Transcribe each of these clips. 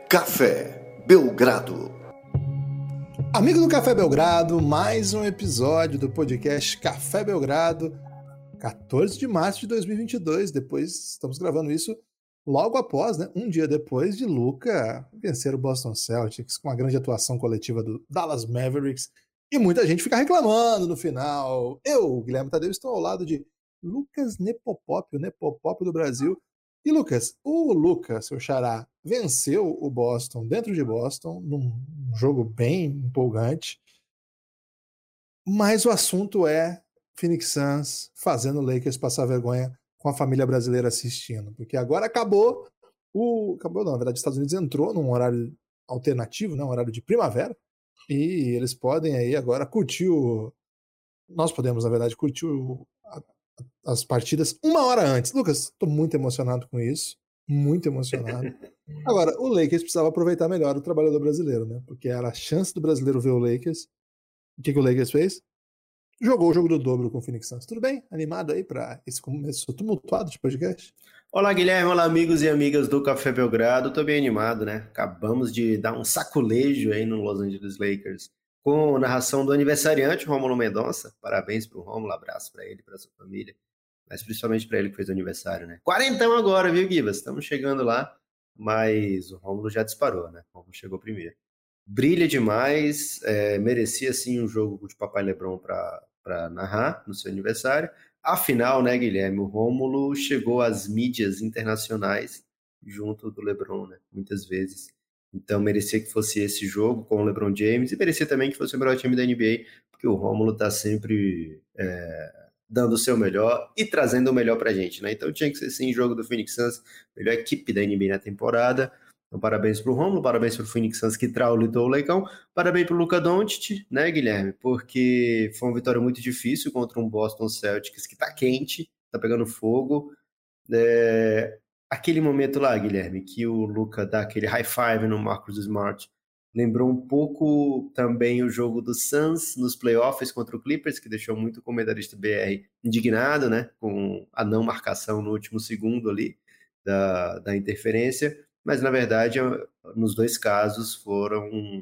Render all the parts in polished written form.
Café Belgrado. Amigo do Café Belgrado, mais um episódio do podcast Café Belgrado, 14 de março de 2022. Depois, estamos gravando isso logo após, né, um dia depois de Luka vencer o Boston Celtics com a grande atuação coletiva do Dallas Mavericks. E muita gente fica reclamando no final. Eu, Guilherme Tadeu, estou ao lado de Lucas Nepopop, o Nepopop do Brasil. E Lucas, o Luka, seu xará, venceu o Boston dentro de Boston, num jogo bem empolgante. Mas o assunto é Phoenix Suns fazendo o Lakers passar vergonha com a família brasileira assistindo. Porque agora acabou Acabou não, na verdade, os Estados Unidos entrou num horário alternativo, né, um horário de primavera, e eles podem aí agora curtir Nós podemos, na verdade, curtir as partidas uma hora antes. Lucas, estou muito emocionado com isso. Muito emocionado. Agora, o Lakers precisava aproveitar melhor o trabalhador brasileiro, né? Porque era a chance do brasileiro ver o Lakers. O que o Lakers fez? Jogou o jogo do dobro com o Phoenix Suns. Tudo bem? Animado aí para esse começo tumultuado de podcast? Olá, Guilherme. Olá, amigos e amigas do Café Belgrado. Tô bem animado, né? Acabamos de dar um saculejo aí no Los Angeles Lakers com a narração do aniversariante, Rômulo Mendonça. Parabéns pro Rômulo, abraço para ele, para sua família, mas principalmente para ele que fez aniversário, né? 40 agora, viu, Guivas? Estamos chegando lá, mas o Rômulo já disparou, né? O Rômulo chegou primeiro. Brilha demais, merecia sim um jogo de Papai LeBron para narrar no seu aniversário. Afinal, né, Guilherme, o Rômulo chegou às mídias internacionais junto do LeBron, né, muitas vezes. Então merecia que fosse esse jogo com o LeBron James e merecia também que fosse o melhor time da NBA, porque o Rômulo está sempre dando o seu melhor e trazendo o melhor pra gente, né? Então tinha que ser sim jogo do Phoenix Suns, melhor equipe da NBA na temporada. Então parabéns pro Rômulo, parabéns pro Phoenix Suns que traulitou o Leicão, parabéns pro Luka Doncic, né, Guilherme? Porque foi uma vitória muito difícil contra um Boston Celtics que tá quente, tá pegando fogo. Aquele momento lá, Guilherme, que o Luka dá aquele high five no Marcus Smart, lembrou um pouco também o jogo do Suns nos playoffs contra o Clippers, que deixou muito o comentarista BR indignado, né, com a não marcação no último segundo ali da interferência, mas na verdade nos dois casos foram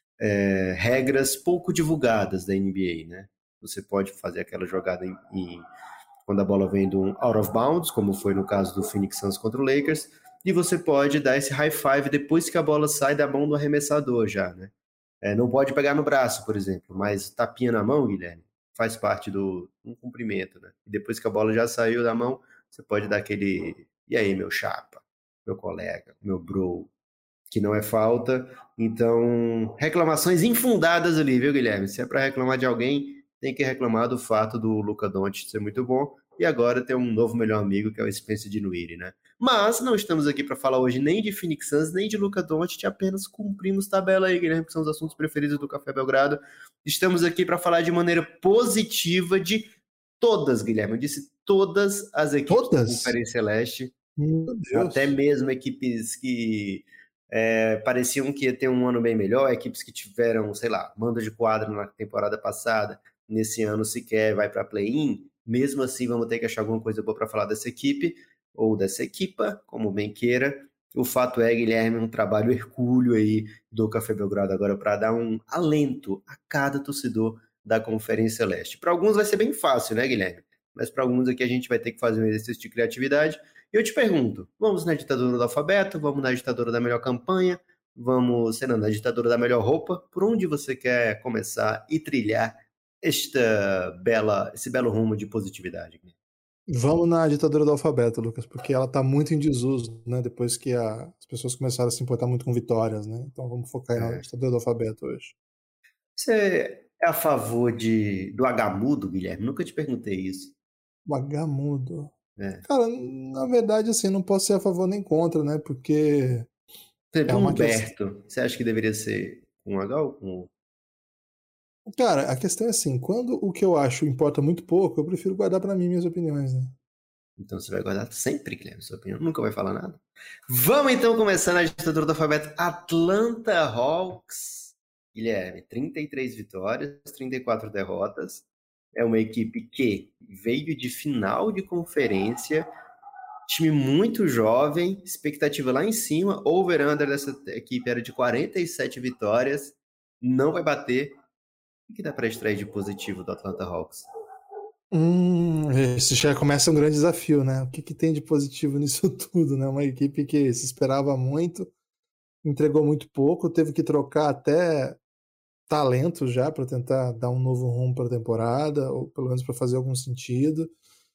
regras pouco divulgadas da NBA, né? Você pode fazer aquela jogada quando a bola vem de um out of bounds, como foi no caso do Phoenix Suns contra o Lakers, e você pode dar esse high five depois que a bola sai da mão do arremessador já, né? Não pode pegar no braço, por exemplo, mas tapinha na mão, Guilherme, faz parte do cumprimento, né? E depois que a bola já saiu da mão, você pode dar aquele, e aí, meu chapa, meu colega, meu bro, que não é falta. Então, reclamações infundadas ali, viu, Guilherme? Se é para reclamar de alguém, tem que reclamar do fato do Luka Doncic ser muito bom e agora ter um novo melhor amigo, que é o Spencer Dinwiddie, né? Mas não estamos aqui para falar hoje nem de Phoenix Suns, nem de Luka Doncic, apenas cumprimos tabela aí, Guilherme, que são os assuntos preferidos do Café Belgrado. Estamos aqui para falar de maneira positiva de todas, Guilherme, eu disse todas as equipes da Conferência Leste, até mesmo equipes que pareciam que ia ter um ano bem melhor, equipes que tiveram, sei lá, mando de quadro na temporada passada, nesse ano sequer vai para play-in, mesmo assim vamos ter que achar alguma coisa boa para falar dessa equipe, ou dessa equipa, como bem queira. O fato é, Guilherme, um trabalho hercúleo aí do Café Belgrado agora para dar um alento a cada torcedor da Conferência Leste. Para alguns vai ser bem fácil, né, Guilherme? Mas para alguns aqui a gente vai ter que fazer um exercício de criatividade. E eu te pergunto, vamos na ditadura do alfabeto, vamos na ditadura da melhor campanha, vamos, sei lá, na ditadura da melhor roupa? Por onde você quer começar e trilhar esse belo rumo de positividade? Vamos na ditadura do alfabeto, Lucas, porque ela está muito em desuso, né? Depois que as pessoas começaram a se importar muito com vitórias, né? Então vamos focar aí na ditadura do alfabeto hoje. Você é a favor do H mudo, Guilherme? Nunca te perguntei isso. O H mudo? Cara, na verdade, assim, não posso ser a favor nem contra, né? Porque é uma Humberto, você acha que deveria ser com H ou com U? Cara, a questão é assim, quando o que eu acho importa muito pouco, eu prefiro guardar pra mim minhas opiniões, né? Então você vai guardar sempre, Guilherme, sua opinião, nunca vai falar nada. Vamos então começar na ditadura do alfabeto. Atlanta Hawks, Guilherme, 33 vitórias, 34 derrotas. É uma equipe que veio de final de conferência, Time muito jovem, expectativa lá em cima, over-under dessa equipe era de 47 vitórias, não vai bater. O que dá para extrair de positivo do Atlanta Hawks? Esse já começa um grande desafio, né? O que tem de positivo nisso tudo, né? Uma equipe que se esperava muito, entregou muito pouco, teve que trocar até talento já para tentar dar um novo rumo para a temporada, ou pelo menos para fazer algum sentido.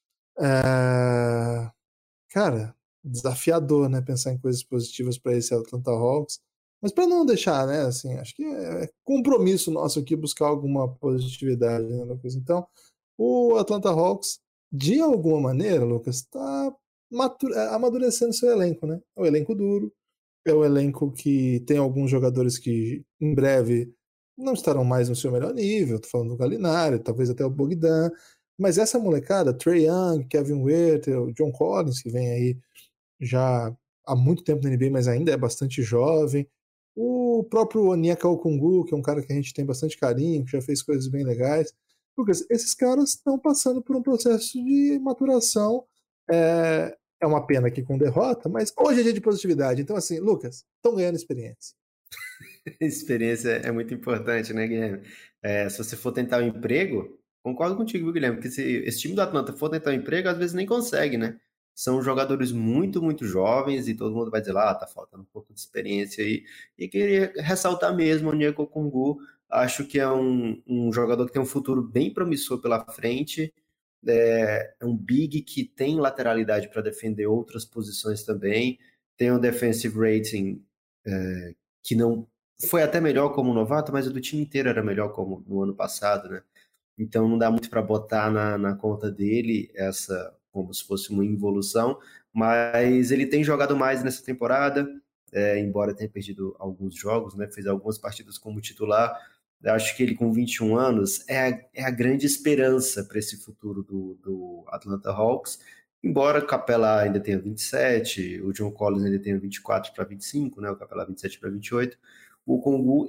Cara, desafiador, né? Pensar em coisas positivas para esse Atlanta Hawks. Mas para não deixar, né? Assim, acho que é compromisso nosso aqui buscar alguma positividade, né, Lucas? Então, o Atlanta Hawks, de alguma maneira, Lucas, está amadurecendo seu elenco, né? É um elenco duro, é um elenco que tem alguns jogadores que em breve não estarão mais no seu melhor nível. Tô falando do Gallinari, talvez até o Bogdan. Mas essa molecada, Trae Young, Kevin Huerter, o John Collins, que vem aí já há muito tempo na NBA, mas ainda é bastante jovem. O próprio Onyeka Okongwu, que é um cara que a gente tem bastante carinho, que já fez coisas bem legais. Lucas, esses caras estão passando por um processo de maturação. É uma pena aqui com derrota, mas hoje é dia de positividade. Então, assim, Lucas, estão ganhando experiência. Experiência é muito importante, né, Guilherme? Se você for tentar um emprego, concordo contigo, Guilherme, porque se esse time do Atlanta for tentar um emprego, às vezes nem consegue, né? São jogadores muito, muito jovens e todo mundo vai dizer lá, tá faltando um pouco de experiência aí. E queria ressaltar mesmo o Onyeka Okongwu. Acho que é um jogador que tem um futuro bem promissor pela frente. É um big que tem lateralidade para defender outras posições também. Tem um defensive rating que não foi até melhor como novato, mas o do time inteiro era melhor como no ano passado, né? Então não dá muito para botar na conta dele essa como se fosse uma involução, mas ele tem jogado mais nessa temporada, embora tenha perdido alguns jogos, né? Fez algumas partidas como titular. Eu acho que ele com 21 anos é a grande esperança para esse futuro do Atlanta Hawks, embora o Capela ainda tenha 27, o John Collins ainda tenha 24 para 25, né? O Capela 27 para 28. O Okongwu,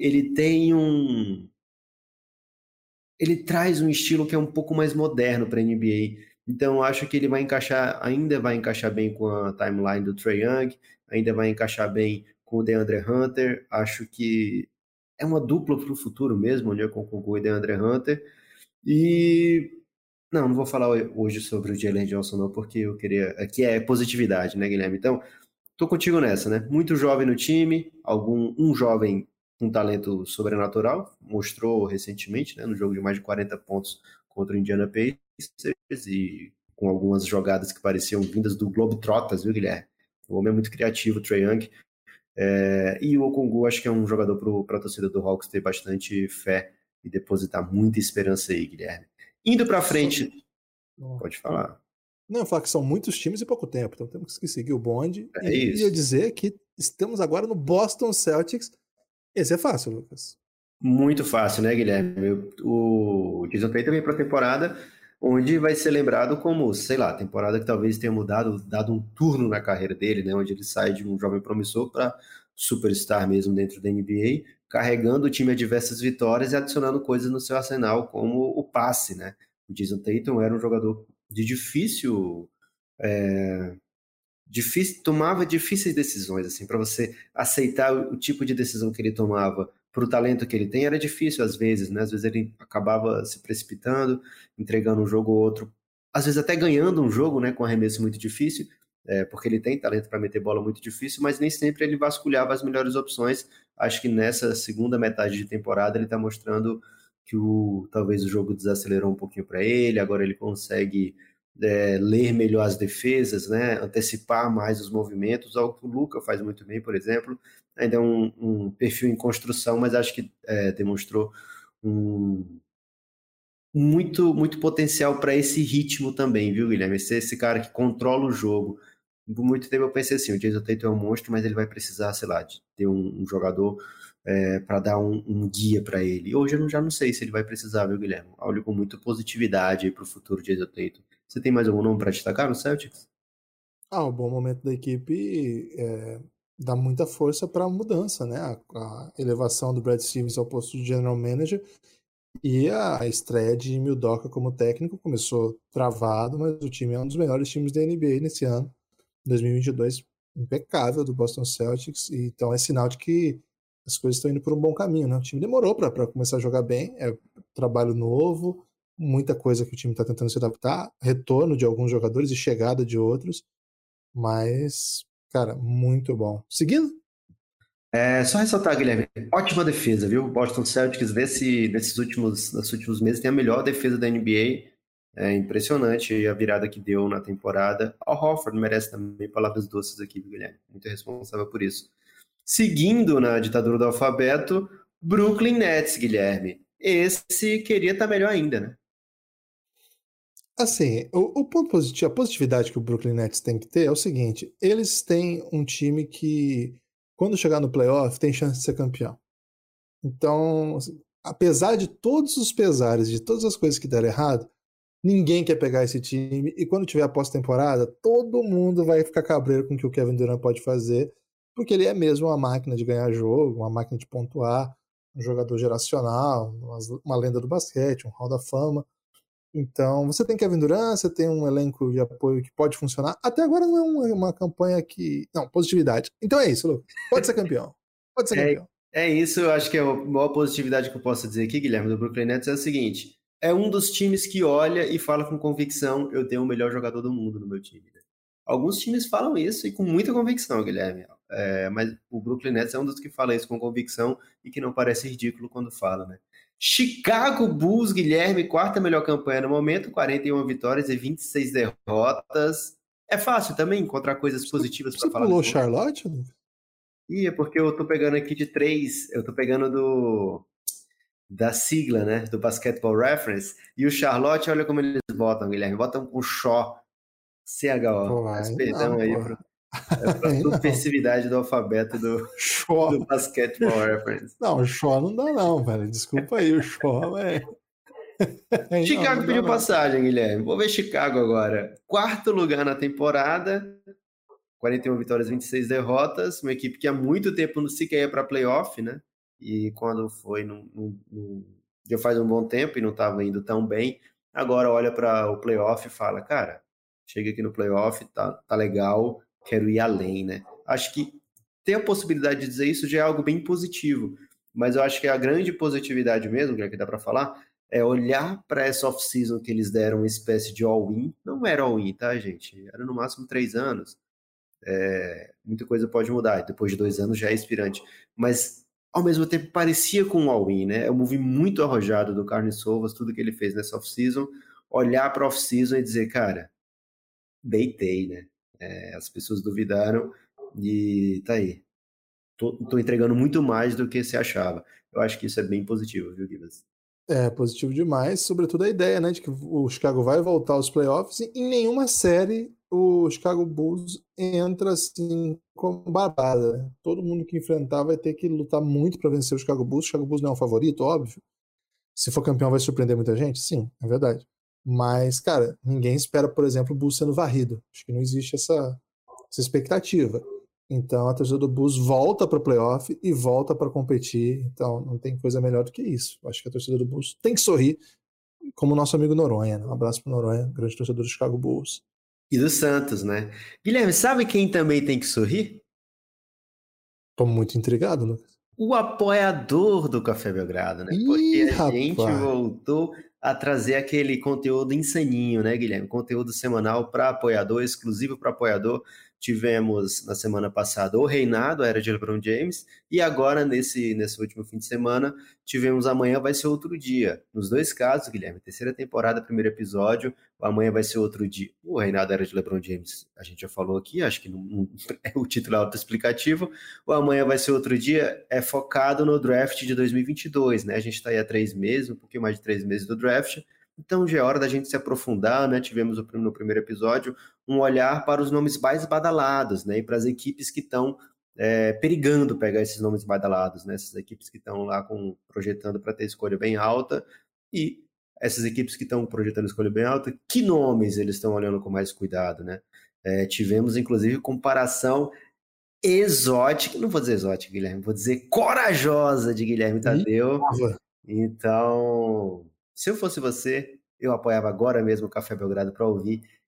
ele traz um estilo que é um pouco mais moderno para a NBA. Então, acho que ele ainda vai encaixar bem com a timeline do Trae Young, ainda vai encaixar bem com o DeAndre Hunter. Acho que é uma dupla para o futuro mesmo, né, com o Okongwu e DeAndre Hunter. E não vou falar hoje sobre o Jalen Johnson, não, porque eu queria. Aqui é positividade, né, Guilherme? Então, tô contigo nessa, né? Muito jovem no time, um jovem com talento sobrenatural, mostrou recentemente, né, no jogo de mais de 40 pontos contra o Indiana Pacers e com algumas jogadas que pareciam vindas do Globetrotters, viu, Guilherme? O homem é muito criativo, o Trae Young. E o Okongwu acho que é um jogador para a torcida do Hawks ter bastante fé e depositar muita esperança aí, Guilherme. Indo para frente, pode falar. Não, eu falar que são muitos times e pouco tempo, então temos que seguir o bonde. Isso. E eu dizer que estamos agora no Boston Celtics. Esse é fácil, Lucas. Muito fácil, né, Guilherme? O Jason Tatum vem para a temporada onde vai ser lembrado como, sei lá, temporada que talvez tenha dado um turno na carreira dele, né, onde ele sai de um jovem promissor para superstar mesmo dentro da NBA, carregando o time a diversas vitórias e adicionando coisas no seu arsenal, como o passe, né? O Jason Tatum era um jogador de tomava difíceis decisões, assim, para você aceitar o tipo de decisão que ele tomava para o talento que ele tem, era difícil às vezes, né? Às vezes ele acabava se precipitando, entregando um jogo ou outro, às vezes até ganhando um jogo, né, com arremesso muito difícil, porque ele tem talento para meter bola muito difícil, mas nem sempre ele vasculhava as melhores opções. Acho que nessa segunda metade de temporada ele está mostrando que talvez o jogo desacelerou um pouquinho para ele, agora ele consegue ler melhor as defesas, né, antecipar mais os movimentos, algo que o Luka faz muito bem, por exemplo. Ainda é um perfil em construção, mas acho que demonstrou muito, muito potencial para esse ritmo também, viu, Guilherme? Esse cara que controla o jogo. Por muito tempo eu pensei assim, o Jason Tatum é um monstro, mas ele vai precisar, sei lá, de ter um jogador para dar um guia para ele. E hoje eu já não sei se ele vai precisar, viu, Guilherme? Olho com muita positividade para o futuro de Jason Tatum. Você tem mais algum nome para destacar no Celtics? O bom momento da equipe dá muita força para a mudança, né? A elevação do Brad Stevens ao posto de General Manager e a estreia de Ime Udoka como técnico começou travado, mas o time é um dos melhores times da NBA nesse ano. 2022 impecável do Boston Celtics, e então é sinal de que as coisas estão indo por um bom caminho, né? O time demorou para começar a jogar bem, é trabalho novo, muita coisa que o time está tentando se adaptar, retorno de alguns jogadores e chegada de outros, mas, cara, muito bom. Seguindo? Só ressaltar, Guilherme, ótima defesa, viu? O Boston Celtics nesses últimos meses tem a melhor defesa da NBA. É impressionante a virada que deu na temporada. O Horford merece também palavras doces aqui, Guilherme. Muito responsável por isso. Seguindo na ditadura do alfabeto, Brooklyn Nets, Guilherme. Esse queria estar melhor ainda, né? Assim, o ponto positivo, a positividade que o Brooklyn Nets tem que ter é o seguinte: eles têm um time que, quando chegar no playoff, tem chance de ser campeão. Então, assim, apesar de todos os pesares, de todas as coisas que deram errado, ninguém quer pegar esse time, e quando tiver a pós-temporada, todo mundo vai ficar cabreiro com o que o Kevin Durant pode fazer, porque ele é mesmo uma máquina de ganhar jogo, uma máquina de pontuar, um jogador geracional, uma lenda do basquete, um hall da fama. Então, você tem Kevin Durant, você tem um elenco de apoio que pode funcionar. Até agora não é uma campanha que... Não, positividade. Então é isso, Lucas. Pode ser campeão. Pode ser campeão. É isso, eu acho que a maior positividade que eu posso dizer aqui, Guilherme, do Brooklyn Nets é o seguinte: é um dos times que olha e fala com convicção, eu tenho o melhor jogador do mundo no meu time. Alguns times falam isso e com muita convicção, Guilherme. Mas o Brooklyn Nets é um dos que fala isso com convicção e que não parece ridículo quando fala, né? Chicago Bulls, Guilherme, quarta melhor campanha no momento, 41 vitórias e 26 derrotas. É fácil também encontrar coisas positivas para falar. Você pulou Charlotte? É porque eu tô pegando aqui de 3, eu tô pegando da sigla, né, do Basketball Reference, e o Charlotte, olha como eles botam, Guilherme, botam com Shaw, CHO. Pô, Peço aí perdão não, aí pô. pra Aí não. subversividade do alfabeto do Shaw. Basketball Reference. Não, o Shaw não dá não, velho. Desculpa aí, o Shaw, velho. Chicago não pediu não. passagem, Guilherme. Vou ver Chicago agora. Quarto lugar na temporada, 41 vitórias, 26 derrotas. Uma equipe que há muito tempo não sequer ia para playoff, né? E quando foi, já faz um bom tempo e não estava indo tão bem. Agora olha para o playoff e fala, cara, chega aqui no playoff, tá legal, quero ir além, né? Acho que ter a possibilidade de dizer isso já é algo bem positivo. Mas eu acho que a grande positividade mesmo, que dá para falar, é olhar para essa off-season que eles deram uma espécie de all-in. Não era all-in, tá, gente? Era no máximo 3 anos. Muita coisa pode mudar. Depois de 2 anos já é inspirante. Mas, ao mesmo tempo, parecia com um all-in, né? Eu movi muito arrojado do Carlos Sovas, tudo que ele fez nessa off-season. Olhar para a off-season e dizer, cara, deitei, né? As pessoas duvidaram e tá aí. Tô entregando muito mais do que se achava. Eu acho que isso é bem positivo, viu, Gibas? É positivo demais, sobretudo a ideia, né, de que o Chicago vai voltar aos playoffs e em nenhuma série o Chicago Bulls entra assim como barbada, né? Todo mundo que enfrentar vai ter que lutar muito para vencer o Chicago Bulls. O Chicago Bulls não é um favorito, óbvio. Se for campeão vai surpreender muita gente? Sim, é verdade. Mas, cara, ninguém espera, por exemplo, o Bulls sendo varrido. Acho que não existe essa expectativa. Então a torcida do Bulls volta para o playoff e volta para competir. Então não tem coisa melhor do que isso. Acho que a torcida do Bulls tem que sorrir, como o nosso amigo Noronha. Né? Um abraço para Noronha, grande torcedor do Chicago Bulls. E do Santos, né? Guilherme, sabe quem também tem que sorrir? Tô muito intrigado, Lucas. O apoiador do Café Belgrado, né? Porque Ih, a gente rapaz. voltou a trazer aquele conteúdo insaninho, né, Guilherme? Conteúdo semanal para apoiador, exclusivo para apoiador. Tivemos na semana passada o Reinado, a Era de LeBron James, e agora, nesse último fim de semana, tivemos Amanhã Vai Ser Outro Dia. Nos dois casos, Guilherme, terceira temporada, primeiro episódio, Amanhã Vai Ser Outro Dia. O Reinado Era de LeBron James, a gente já falou aqui, acho que o título é autoexplicativo. O Amanhã Vai Ser Outro Dia é focado no draft de 2022, né? A gente está aí há 3 meses, um pouquinho mais de 3 meses do draft, então já é hora da gente se aprofundar, né? Tivemos no primeiro episódio um olhar para os nomes mais badalados, né? E para as equipes que estão perigando pegar esses nomes badalados, né? Essas equipes que estão lá projetando para ter escolha bem alta, e essas equipes que estão projetando escolha bem alta, que nomes eles estão olhando com mais cuidado, né? Tivemos, inclusive, comparação exótica, não vou dizer exótica, Guilherme, vou dizer corajosa de Guilherme Tadeu. Então, se eu fosse você, eu apoiava agora mesmo o Café Belgrado para ouvir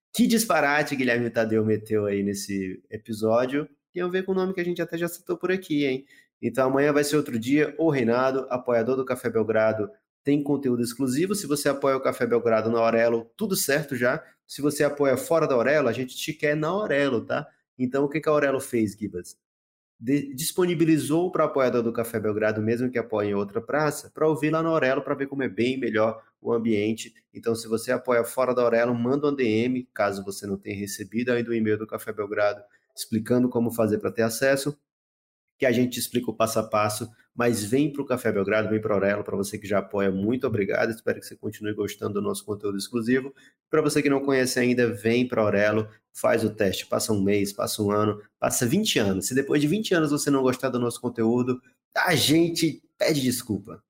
Que disparate Guilherme Tadeu meteu aí nesse episódio. Tem a ver com o nome que a gente até já citou por aqui, hein? Então amanhã vai ser outro dia. O Reinado, apoiador do Café Belgrado, tem conteúdo exclusivo. Se você apoia o Café Belgrado na Aurelo, tudo certo já. Se você apoia fora da Aurelo, a gente te quer na Aurelo, tá? Então o que a Aurelo fez, Gibas? Disponibilizou para o apoiador do Café Belgrado, mesmo que apoie em outra praça, para ouvir lá na Aurelo, para ver como é bem melhor o ambiente. Então, se você apoia fora da Aurelo, manda um DM, caso você não tenha recebido ainda o e-mail do Café Belgrado, explicando como fazer para ter acesso, que a gente explica o passo a passo, mas vem para o Café Belgrado, vem para a Aurelo, para você que já apoia, muito obrigado, espero que você continue gostando do nosso conteúdo exclusivo. Para você que não conhece ainda, vem para a Aurelo, faz o teste, passa um mês, passa um ano, passa 20 anos. Se depois de 20 anos você não gostar do nosso conteúdo, a gente pede desculpa.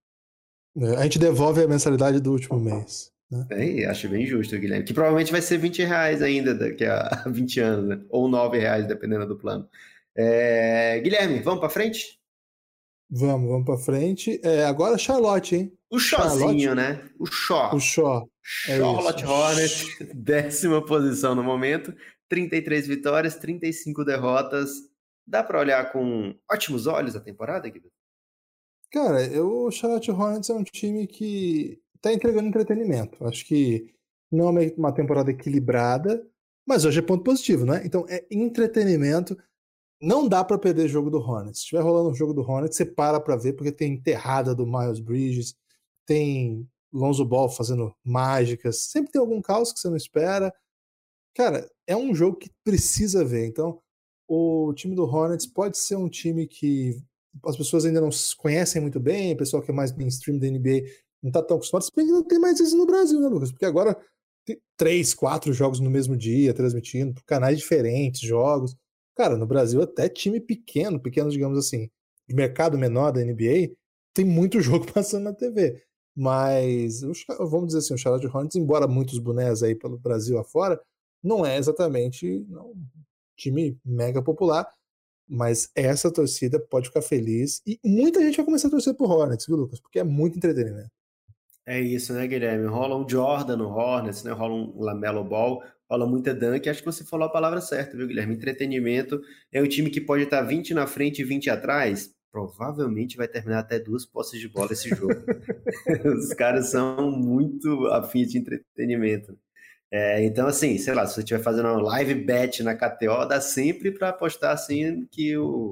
A gente devolve a mensalidade do último mês. Né? Acho bem justo, Guilherme, que provavelmente vai ser R$20 ainda daqui a 20 anos, né? Ou R$9, dependendo do plano. Guilherme, vamos para frente? Vamos para frente. Agora Charlotte, hein? O Shawzinho, né? O Shaw. O Shaw. Charlotte Hornets, 10ª posição no momento, 33 vitórias, 35 derrotas. Dá para olhar com ótimos olhos a temporada, Guilherme? Cara, o Charlotte Hornets é um time que tá entregando entretenimento. Acho que não é uma temporada equilibrada, mas hoje é ponto positivo, né? Então é entretenimento. Não dá para perder jogo do Hornets. Se estiver rolando um jogo do Hornets, você para ver, porque tem enterrada do Miles Bridges, tem Lonzo Ball fazendo mágicas, sempre tem algum caos que você não espera. Cara, é um jogo que precisa ver. Então, o time do Hornets pode ser um time que as pessoas ainda não conhecem muito bem, o pessoal que é mais mainstream da NBA não tá tão acostumado, se bem que não tem mais isso no Brasil, né, Lucas? Porque agora tem 3, 4 jogos no mesmo dia, transmitindo por canais diferentes, jogos. Cara, no Brasil até time pequeno, digamos assim, de mercado menor da NBA, tem muito jogo passando na TV. Mas, vamos dizer assim, o Charlotte Hornets, embora muitos bonés aí pelo Brasil afora, não é exatamente um time mega popular, mas essa torcida pode ficar feliz e muita gente vai começar a torcer pro Hornets, viu, Lucas? Porque é muito entretenimento. É isso, né, Guilherme? Rola um Jordan no Hornets, né? Rola um LaMelo Ball, rola muita dunk. Acho que você falou a palavra certa, viu, Guilherme? Entretenimento. É um time que pode estar 20 na frente e 20 atrás. Provavelmente vai terminar até 2 posses de bola esse jogo. Os caras são muito afins de entretenimento. Então, assim, sei lá, se você estiver fazendo uma live bet na KTO, dá sempre para apostar assim que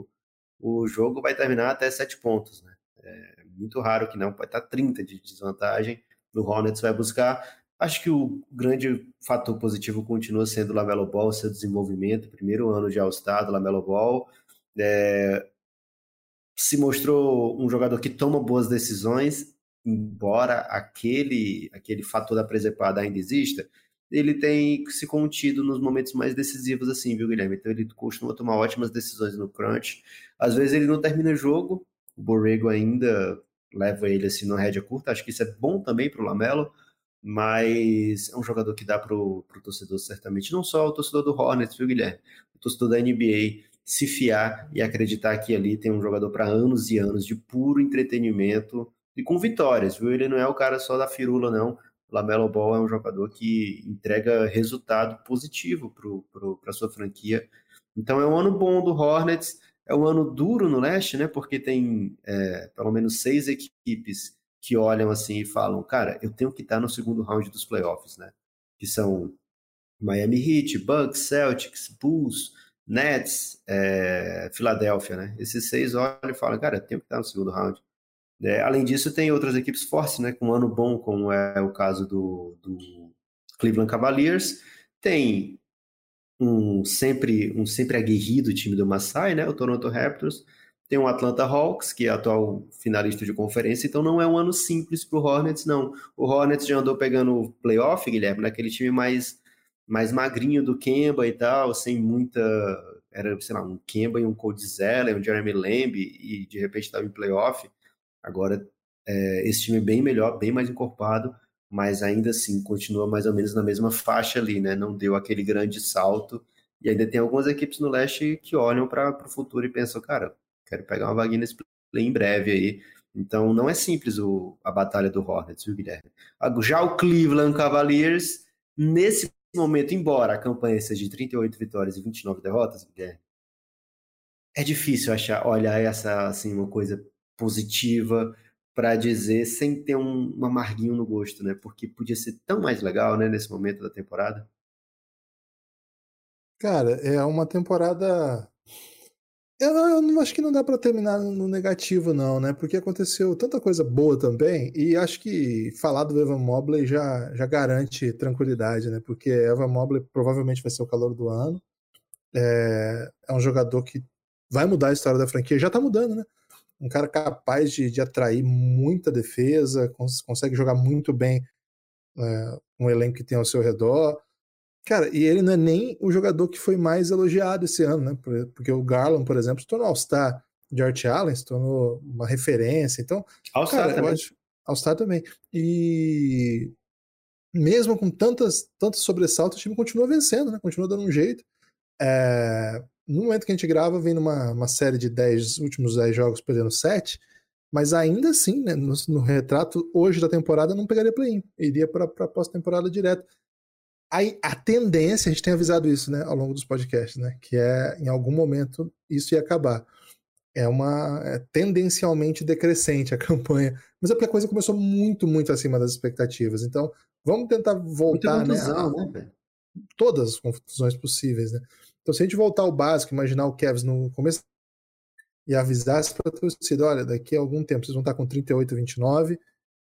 o jogo vai terminar até 7 pontos, né? Muito raro que não, pode estar 30 de desvantagem. No Hornets vai buscar. Acho que o grande fator positivo continua sendo o LaMelo Ball, seu desenvolvimento, primeiro ano de All-Star do LaMelo Ball. Se mostrou um jogador que toma boas decisões, embora aquele fator da presepada ainda exista, ele tem se contido nos momentos mais decisivos assim, viu, Guilherme? Então ele costuma tomar ótimas decisões no crunch. Às vezes ele não termina jogo, o Borrego ainda leva ele assim na rédea curta, acho que isso é bom também para o LaMelo, mas é um jogador que dá para o torcedor certamente, não só o torcedor do Hornets, viu, Guilherme? O torcedor da NBA se fiar e acreditar que ali tem um jogador para anos e anos de puro entretenimento e com vitórias, viu? Ele não é o cara só da firula, não. O LaMelo Ball é um jogador que entrega resultado positivo para sua franquia. Então é um ano bom do Hornets, é um ano duro no leste, né? Porque tem pelo menos 6 equipes que olham assim e falam, cara, eu tenho que estar no segundo round dos playoffs, né? Que são Miami Heat, Bucks, Celtics, Bulls, Nets, Filadélfia, né? Esses 6 olham e falam, cara, eu tenho que estar no segundo round. Além disso, tem outras equipes fortes, né? Com um ano bom, como é o caso do Cleveland Cavaliers. Tem um sempre aguerrido time do Masai, né? O Toronto Raptors. Tem o Atlanta Hawks, que é atual finalista de conferência, então não é um ano simples para o Hornets, não. O Hornets já andou pegando playoff, Guilherme, naquele time mais magrinho do Kemba e tal, sem muita... Era, sei lá, um Kemba e um Cody Zeller, um Jeremy Lamb, e de repente estava em playoff. Agora, esse time é bem melhor, bem mais encorpado, mas ainda assim continua mais ou menos na mesma faixa ali, né? Não deu aquele grande salto. E ainda tem algumas equipes no leste que olham para o futuro e pensam, cara, quero pegar uma vaguinha nesse play em breve aí. Então não é simples a batalha do Hornets, viu, Guilherme? Já o Cleveland Cavaliers, nesse no momento, embora a campanha seja de 38 vitórias e 29 derrotas, Guilherme, é difícil olhar essa, assim, uma coisa positiva para dizer sem ter um amarguinho no gosto, né? Porque podia ser tão mais legal, né, nesse momento da temporada. Cara, é uma temporada. Eu não acho que não dá pra terminar no negativo, não, né? Porque aconteceu tanta coisa boa também, e acho que falar do Evan Mobley já garante tranquilidade, né? Porque Evan Mobley provavelmente vai ser o calor do ano. É um jogador que vai mudar a história da franquia, já tá mudando, né? Um cara capaz de atrair muita defesa, consegue jogar muito bem um elenco que tem ao seu redor. Cara, e ele não é nem o jogador que foi mais elogiado esse ano, né? Porque o Garland, por exemplo, se tornou All-Star. George Allen se tornou uma referência. Então, All-Star cara, eu também. acho. All-Star também. E mesmo com tantos sobressaltos, o time continua vencendo, né? Continua dando um jeito. No momento que a gente grava, vem numa série de últimos 10 jogos, perdendo 7. Mas ainda assim, né, no retrato hoje da temporada, não pegaria play-in. Iria para pós-temporada direto. Aí, a tendência, a gente tem avisado isso, né, ao longo dos podcasts, né, que em algum momento isso ia acabar. É tendencialmente decrescente a campanha, mas é porque a coisa começou muito, muito acima das expectativas. Então, vamos tentar Muita voltar, né, contusão, a né, velho? todas as confusões possíveis, né. Então, se a gente voltar ao básico, imaginar o Cavs no começo e avisasse para a torcida, olha, daqui a algum tempo vocês vão estar com 38-29,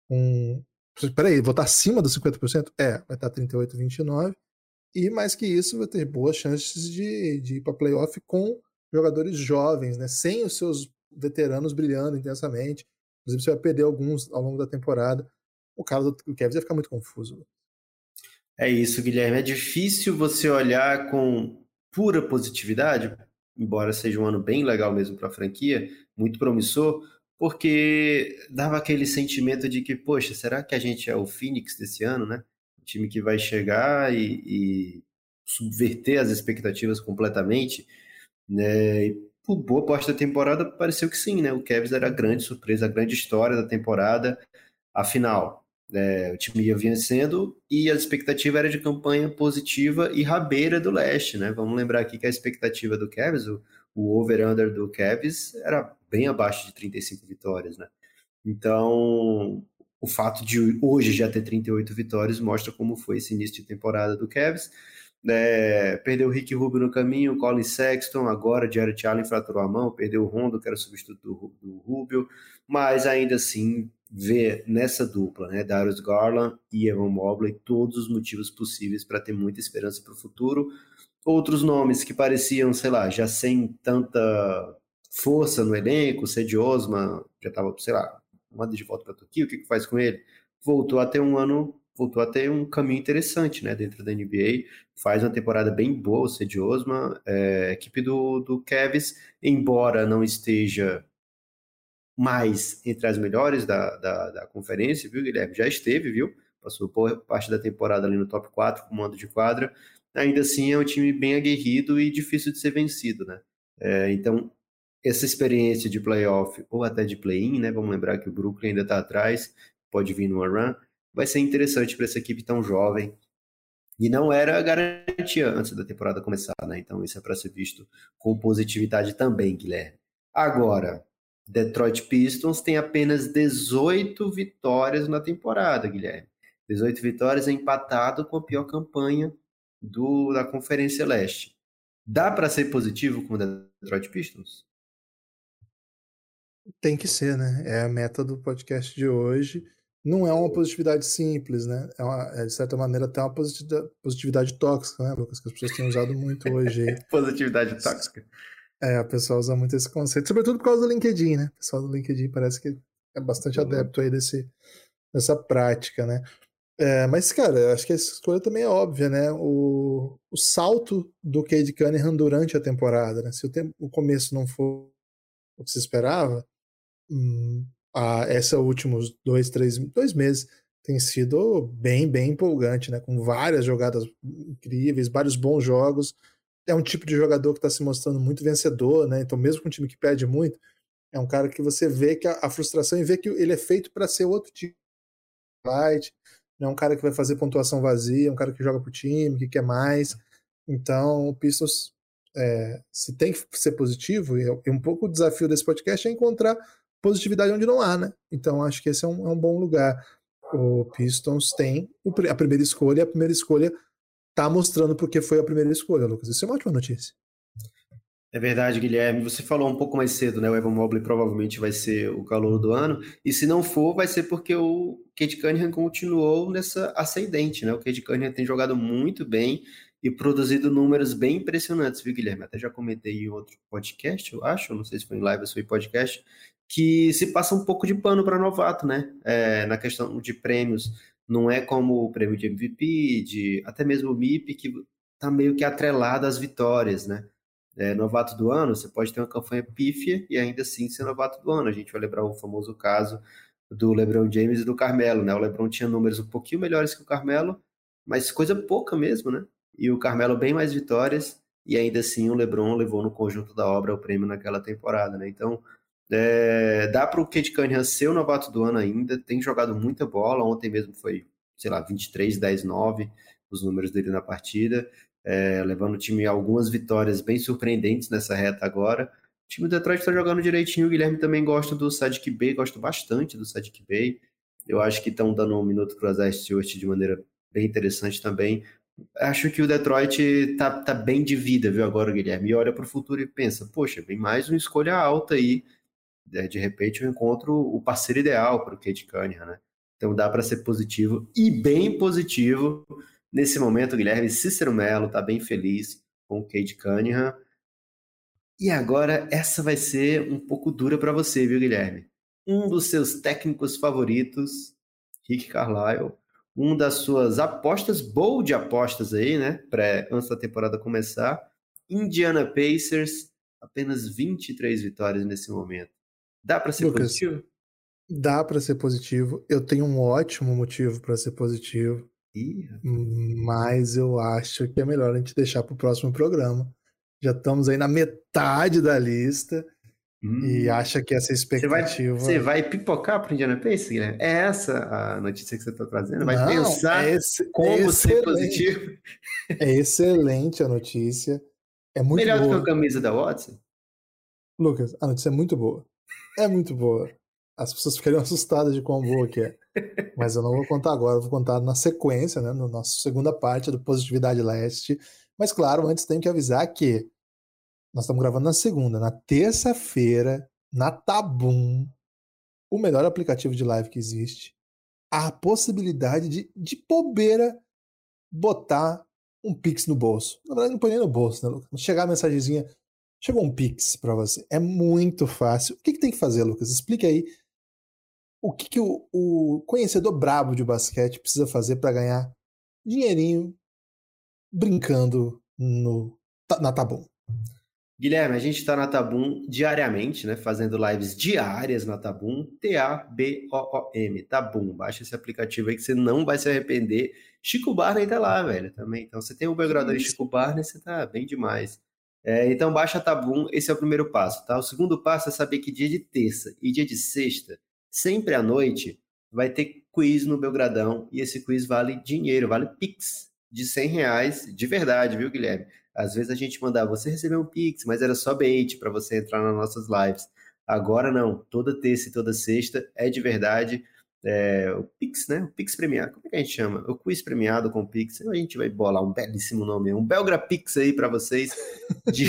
peraí, vou estar acima dos 50%? Vai estar 38-29, e mais que isso, vai ter boas chances de ir para playoff com jogadores jovens, né? Sem os seus veteranos brilhando intensamente. Inclusive, você vai perder alguns ao longo da temporada. O cara do Cavs vai ficar muito confuso. É isso, Guilherme. É difícil você olhar com pura positividade, embora seja um ano bem legal mesmo para a franquia, muito promissor, porque dava aquele sentimento de que, poxa, será que a gente é o Phoenix desse ano, né? O time que vai chegar e subverter as expectativas completamente, né? E por boa parte da temporada pareceu que sim, né? O Cavs era a grande surpresa, a grande história da temporada. Afinal, o time ia vencendo e a expectativa era de campanha positiva e rabeira do leste, né? Vamos lembrar aqui que a expectativa do Cavs, o over-under do Cavs era bem abaixo de 35 vitórias, né? Então, o fato de hoje já ter 38 vitórias mostra como foi esse início de temporada do Cavs. Perdeu o Ricky Rubio no caminho, o Colin Sexton, agora Jarrett Allen fraturou a mão, perdeu o Rondo, que era o substituto do Rubio, mas ainda assim vê nessa dupla, né, Darius Garland e Evan Mobley, todos os motivos possíveis para ter muita esperança para o futuro. Outros nomes que pareciam, sei lá, já sem tanta força no elenco, o Cedi Osman já estava, sei lá, manda de volta para a Turquia, o que faz com ele? Voltou a ter um caminho interessante, né, dentro da NBA, faz uma temporada bem boa o Cedi Osman, a equipe do Cavs, embora não esteja mais entre as melhores da conferência, viu, Guilherme? Já esteve, viu? Passou por parte da temporada ali no top 4, com mando de quadra. Ainda assim, é um time bem aguerrido e difícil de ser vencido, né? Então, essa experiência de playoff ou até de play-in, né? Vamos lembrar que o Brooklyn ainda está atrás, pode vir numa run. Vai ser interessante para essa equipe tão jovem. E não era garantia antes da temporada começar, né? Então, isso é para ser visto com positividade também, Guilherme. Agora, Detroit Pistons tem apenas 18 vitórias na temporada, Guilherme. 18 vitórias, empatado com a pior campanha da Conferência Leste. Dá para ser positivo com o Detroit Pistons? Tem que ser, né? É a meta do podcast de hoje. Não é uma positividade simples, né? De certa maneira, até uma positividade tóxica, né, Lucas? Que as pessoas têm usado muito hoje. Positividade tóxica. A pessoa usa muito esse conceito, sobretudo por causa do LinkedIn, né? O pessoal do LinkedIn parece que é bastante adepto aí dessa prática, né? Mas, cara, eu acho que essa escolha também é óbvia, né? O salto do Cade Cunningham durante a temporada, né? Se o começo não for o que se esperava, esses últimos 2 meses tem sido bem, bem empolgante, né? Com várias jogadas incríveis, vários bons jogos. É um tipo de jogador que está se mostrando muito vencedor, né? Então, mesmo com um time que perde muito, é um cara que você vê que a frustração e vê que ele é feito para ser outro tipo de fight. não é um cara que vai fazer pontuação vazia, é um cara que joga pro time, que quer mais. Então, o Pistons, se tem que ser positivo, e um pouco o desafio desse podcast é encontrar positividade onde não há, né? Então, acho que esse é um bom lugar. O Pistons tem a primeira escolha tá mostrando porque foi a primeira escolha, Lucas. Isso é uma ótima notícia. É verdade, Guilherme. Você falou um pouco mais cedo, né? O Evan Mobley provavelmente vai ser o calor do ano. E se não for, vai ser porque o Cade Cunningham continuou nessa ascendente, né? O Cade Cunningham tem jogado muito bem e produzido números bem impressionantes, viu, Guilherme? Até já comentei em outro podcast, eu acho, não sei se foi em live ou se foi em podcast, que se passa um pouco de pano para novato, né? Na questão de prêmios. Não é como o prêmio de MVP, até mesmo o MIP, que tá meio que atrelado às vitórias, né? Novato do ano, você pode ter uma campanha pífia e ainda assim ser novato do ano. A gente vai lembrar o famoso caso do LeBron James e do Carmelo, né? O LeBron tinha números um pouquinho melhores que o Carmelo, mas coisa pouca mesmo, né? E o Carmelo bem mais vitórias, e ainda assim o LeBron levou no conjunto da obra o prêmio naquela temporada, né? Então, dá para o Cade Cunningham ser o novato do ano ainda, tem jogado muita bola, ontem mesmo foi, sei lá, 23, 10, 9, os números dele na partida, levando o time a algumas vitórias bem surpreendentes nessa reta agora. O time do Detroit está jogando direitinho, o Guilherme também gosta do Sadiq Bey, gosto bastante do Sadiq Bey, eu acho que estão dando um minuto para o Isaiah Stewart de maneira bem interessante também. Acho que o Detroit tá bem de vida, viu, agora, Guilherme, e olha para o futuro e pensa, poxa, vem mais uma escolha alta aí, de repente eu encontro o parceiro ideal para o Cade Cunningham, né? Então dá para ser positivo e bem positivo nesse momento, Guilherme. Cícero Melo está bem feliz com o Cade Cunningham. E agora essa vai ser um pouco dura para você, viu, Guilherme? Um dos seus técnicos favoritos, Rick Carlisle, um das suas apostas, bold apostas aí, né? Antes da temporada começar. Indiana Pacers, apenas 23 vitórias nesse momento. Dá para ser Lucas, positivo? dá para ser positivo. Eu tenho um ótimo motivo para ser positivo, Ih, mas eu acho que é melhor a gente deixar para o próximo programa. Já estamos aí na metade da lista e acha que essa Você expectativa. vai pipocar para Indiana Pacers, Guilherme? É essa a notícia que você está trazendo? Vai Não, pensar é como ser excelente. positivo? É excelente a notícia. É muito Melhor do que a boa. camisa da Watson? Lucas, a notícia é muito boa. É muito boa. As pessoas ficariam assustadas de quão boa que é. Mas eu não vou contar agora, eu vou contar na sequência, né, na nossa segunda parte do Positividade Leste. Mas claro, antes tenho que avisar que nós estamos gravando na segunda. Na terça-feira, na Tabum, o melhor aplicativo de live que existe, há a possibilidade de bobeira botar um Pix no bolso. Na verdade, não põe nem no bolso, né, Lucas? Chegar a mensagenzinha, chegou um Pix para você. É muito fácil. O que tem que fazer, Lucas? Explique aí o que o conhecedor brabo de basquete precisa fazer para ganhar dinheirinho brincando na Tabum. Guilherme, a gente está na Tabum diariamente, né? Fazendo lives diárias na Tabum, T-A-B-O-O-M, Tabum. Baixa esse aplicativo aí que você não vai se arrepender. Chico Barney tá lá, velho, também. Então, você tem o Belgradão e Chico Barney, você tá bem demais. Então, baixa a Tabum, esse é o primeiro passo, tá? O segundo passo é saber que dia de terça e dia de sexta, sempre à noite, vai ter quiz no Belgradão e esse quiz vale dinheiro, vale Pix de R$ 100 de verdade, viu, Guilherme? Às vezes a gente mandava, você recebeu um Pix, mas era só bait para você entrar nas nossas lives. Agora não, toda terça e toda sexta é de verdade. O Pix, né? O Pix premiado. Como é que a gente chama? O quiz premiado com o Pix. A gente vai bolar um belíssimo nome, um Belgra Pix aí para vocês. Dia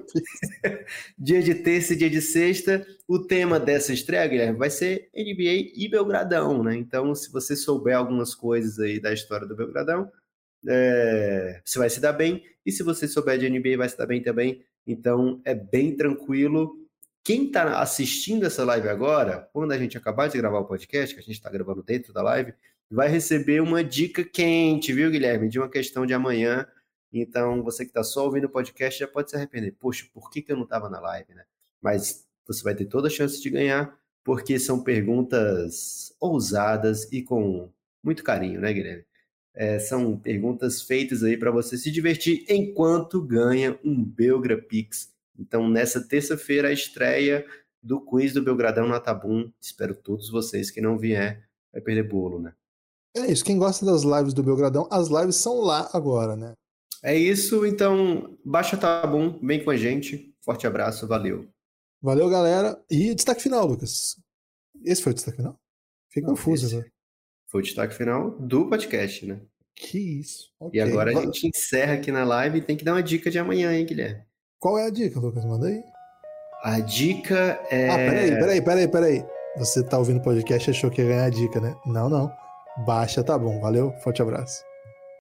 de terça e dia de sexta. O tema dessa estreia, Guilherme, vai ser NBA e Belgradão, né? Então, se você souber algumas coisas aí da história do Belgradão, você vai se dar bem, e se você souber de NBA vai se dar bem também, então é bem tranquilo. Quem está assistindo essa live agora, quando a gente acabar de gravar o podcast, que a gente está gravando dentro da live, vai receber uma dica quente, viu, Guilherme, de uma questão de amanhã. Então você que está só ouvindo o podcast já pode se arrepender, poxa, por que eu não estava na live, né? Mas você vai ter toda a chance de ganhar, porque são perguntas ousadas e com muito carinho, né, Guilherme? São perguntas feitas aí para você se divertir enquanto ganha um Belgra Pix. Então, nessa terça-feira, a estreia do quiz do Belgradão na Tabum. Espero todos vocês que não vier vai perder bolo, né? É isso, quem gosta das lives do Belgradão, as lives são lá agora, né? É isso, então baixa Tá Bom, vem com a gente. Forte abraço, valeu. Valeu, galera. E destaque final, Lucas. Esse foi o destaque final? Fiquei confuso agora. Foi o destaque final do podcast, né? Que isso. E agora a gente encerra aqui na live e tem que dar uma dica de amanhã, hein, Guilherme? Qual é a dica, Lucas? Manda aí. A dica é... Peraí. Você tá ouvindo o podcast e achou que ia ganhar a dica, né? Não. Baixa, tá bom. Valeu, forte abraço.